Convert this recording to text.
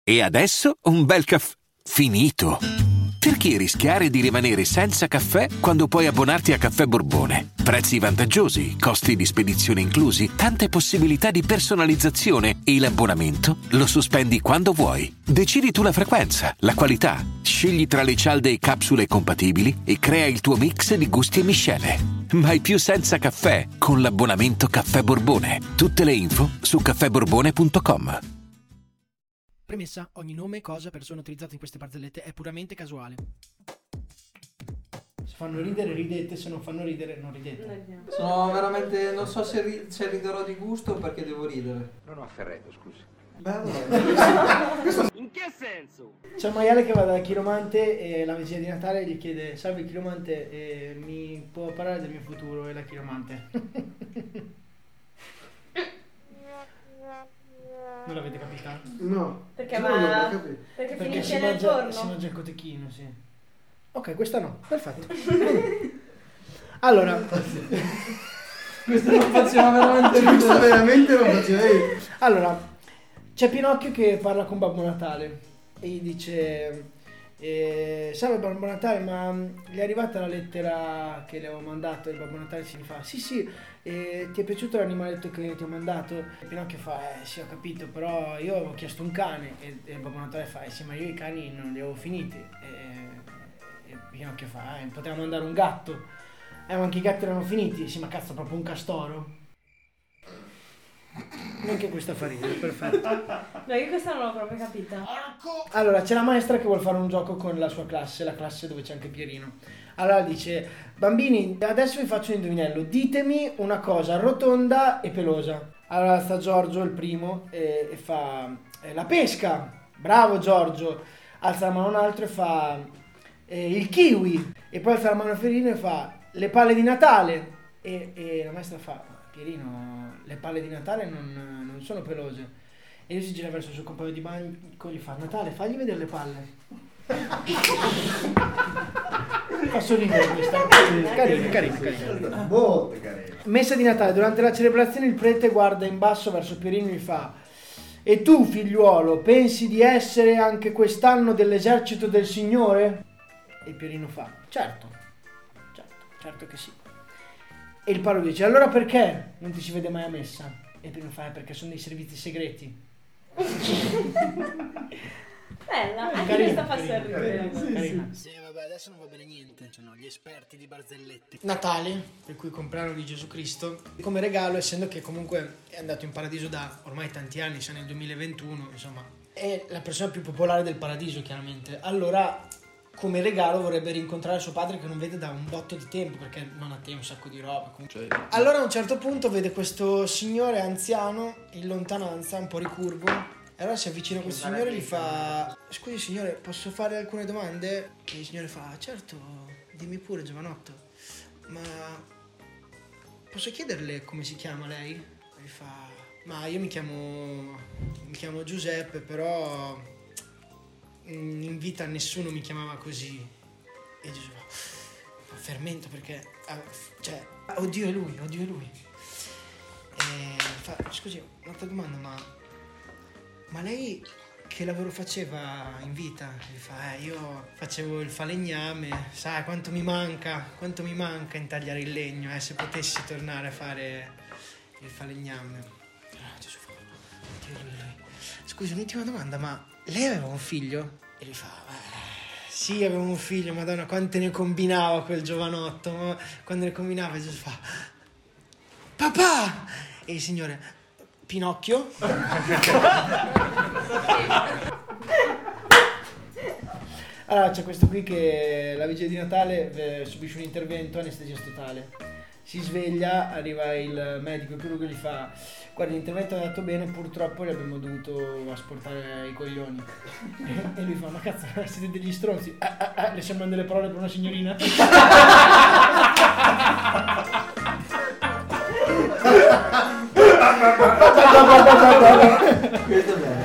E adesso un bel caffè finito. Perché rischiare di rimanere senza caffè quando puoi abbonarti a Caffè Borbone? Prezzi vantaggiosi, costi di spedizione inclusi, tante possibilità di personalizzazione e l'abbonamento lo sospendi quando vuoi. Decidi tu la frequenza, la qualità, scegli tra le cialde e capsule compatibili e crea il tuo mix di gusti e miscele. Mai più senza caffè con l'abbonamento Caffè Borbone. Tutte le info su caffèborbone.com. Premessa: ogni nome, cosa, persona utilizzata in queste barzellette è puramente casuale. Se fanno ridere ridete, se non fanno ridere non ridete. Sono veramente, non so se riderò di gusto o perché devo ridere. Non ho afferretto, scusi. Bello. In che senso? C'è un maiale che va dal chiromante e la vigilia di Natale gli chiede: salve chiromante, mi può parlare del mio futuro? E la chiromante: non l'avete capita? No. Perché Perché finisce nel forno? si mangia il cotechino, sì. Ok, questa no, perfetto. Allora, Questo non faceva veramente Questo veramente non faceva io. allora, c'è Pinocchio che parla con Babbo Natale e gli dice: salve Babbo Natale, ma gli è arrivata la lettera che le avevo mandato? E Babbo Natale si fa: sì, ti è piaciuto l'animaletto che ti ho mandato? E Pinocchio fa: sì, ho capito, però io avevo chiesto un cane. E Babbo Natale fa: sì, ma io i cani non li avevo finiti. E Pinocchio fa: poteva mandare un gatto. Ma anche i gatti erano finiti. Sì, ma cazzo, proprio un castoro? Neanche questa fa ridere, perfetto. No, io questa non l'ho proprio capita. Allora, c'è la maestra che vuole fare un gioco con la sua classe, la classe dove c'è anche Pierino. Allora dice: bambini, adesso vi faccio un indovinello, ditemi una cosa rotonda e pelosa. Allora sta Giorgio, il primo, e fa: la pesca. Bravo Giorgio. Alza la mano un altro e fa: il kiwi. E poi alza la mano Pierino e fa: le palle di Natale. E la maestra fa: Pierino, le palle di Natale non sono pelose. E lui si gira verso il suo compagno di banco e gli fa: Natale, fagli vedere le palle. Fa sorridere questa. Carino. Molto carino. Messa di Natale. Durante la celebrazione il prete guarda in basso verso Pierino e gli fa: e tu, figliuolo, pensi di essere anche quest'anno dell'esercito del Signore? E Pierino fa: certo che sì. E il paro dice: allora perché non ti si vede mai a messa? E Pierino fa: perché sono dei servizi segreti. Bella, anche Carina, questa fa sorridere. Carina. Sì, vabbè, adesso non va bene niente. Sono gli esperti di barzellette. Natale, per cui comprare di Gesù Cristo come regalo, essendo che comunque è andato in paradiso da ormai tanti anni, siamo nel 2021, insomma, è la persona più popolare del paradiso, chiaramente. Allora, come regalo vorrebbe rincontrare suo padre che non vede da un botto di tempo, perché non ha tempo, un sacco di roba. Allora a un certo punto vede questo signore anziano in lontananza, un po' ricurvo. E allora si avvicina a questo signore e gli fa: scusi signore, posso fare alcune domande? E il signore fa: certo, dimmi pure giovanotto, ma posso chiederle come si chiama lei? E gli fa: ma io mi chiamo Giuseppe, però in vita nessuno mi chiamava così. E Gesù fa: fermento, perché oddio è lui. E fa: scusi, un'altra domanda, ma lei che lavoro faceva in vita? E fa: io facevo il falegname, sai quanto mi manca intagliare il legno, se potessi tornare a fare il falegname. Gesù fa: oddio lui. Scusi, un'ultima domanda, ma lei aveva un figlio? E lui fa: sì, avevo un figlio, madonna, quante ne combinava quel giovanotto. Ma quando ne combinava Gesù fa: papà! E il signore: Pinocchio? Allora c'è questo qui che la vigilia di Natale subisce un intervento, anestesia totale. Si sveglia, arriva il medico, il chirurgo, gli fa: guarda, l'intervento è andato bene, purtroppo gli abbiamo dovuto asportare i coglioni. E lui fa: ma cazzo, siete degli stronzi. Le sembrano delle parole per una signorina? Questo è bello.